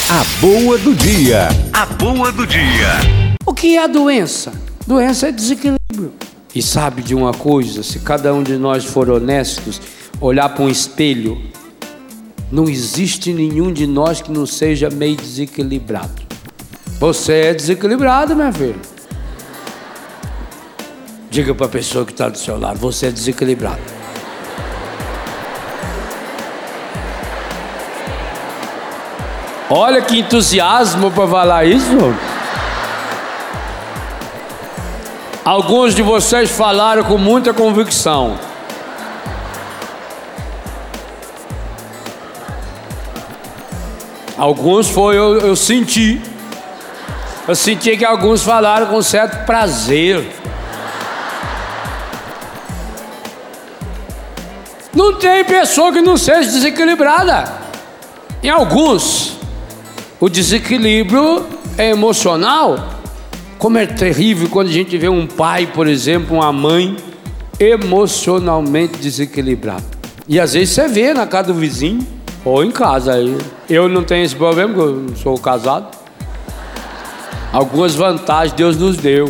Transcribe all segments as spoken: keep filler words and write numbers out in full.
A boa do dia. A boa do dia. O que é a doença? Doença é desequilíbrio. E sabe de uma coisa? Se cada um de nós for honestos, olhar para um espelho, não existe nenhum de nós que não seja meio desequilibrado. Você é desequilibrado, minha filha. Diga para a pessoa que está do seu lado, você é desequilibrado. Olha que entusiasmo para falar isso. Alguns de vocês falaram com muita convicção. Alguns foi, eu, eu senti. Eu senti que alguns falaram com certo prazer. Não tem pessoa que não seja desequilibrada. Em alguns, o desequilíbrio é emocional. Como é terrível quando a gente vê um pai, por exemplo, uma mãe emocionalmente desequilibrado. E às vezes você vê na casa do vizinho ou em casa. Eu não tenho esse problema, porque eu não sou casado. Algumas vantagens Deus nos deu.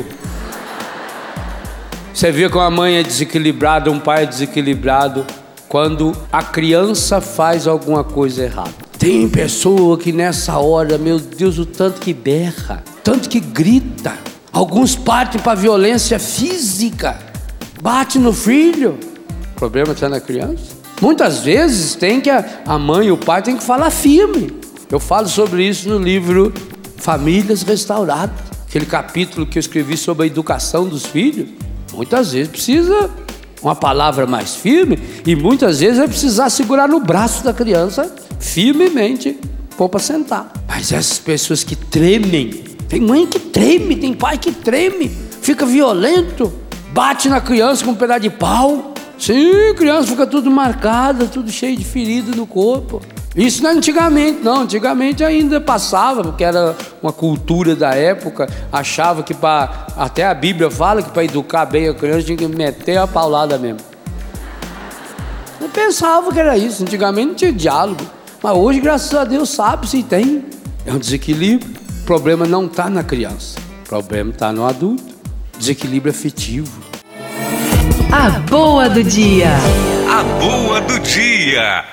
Você vê que uma mãe é desequilibrada, um pai é desequilibrado quando a criança faz alguma coisa errada. Tem pessoa que nessa hora, meu Deus, o tanto que berra, tanto que grita. Alguns partem para violência física, bate no filho. O problema está na criança. Muitas vezes tem que a, a mãe e o pai tem que falar firme. Eu falo sobre isso no livro Famílias Restauradas, aquele capítulo que eu escrevi sobre a educação dos filhos. Muitas vezes precisa uma palavra mais firme e muitas vezes vai precisar segurar no braço da criança firmemente, pôr para sentar. Mas essas pessoas que tremem, tem mãe que treme, tem pai que treme, fica violento, bate na criança com um pedaço de pau. Sim, a criança fica tudo marcada, tudo cheio de ferida no corpo. Isso não é antigamente, não. Antigamente ainda passava, porque era uma cultura da época. Achava que para, até a Bíblia fala que para educar bem a criança tinha que meter a paulada mesmo. Eu pensava que era isso. Antigamente não tinha diálogo. Mas hoje, graças a Deus, sabe se tem. É um desequilíbrio. O problema não está na criança. O problema está no adulto. Desequilíbrio afetivo. A boa do dia. A boa do dia.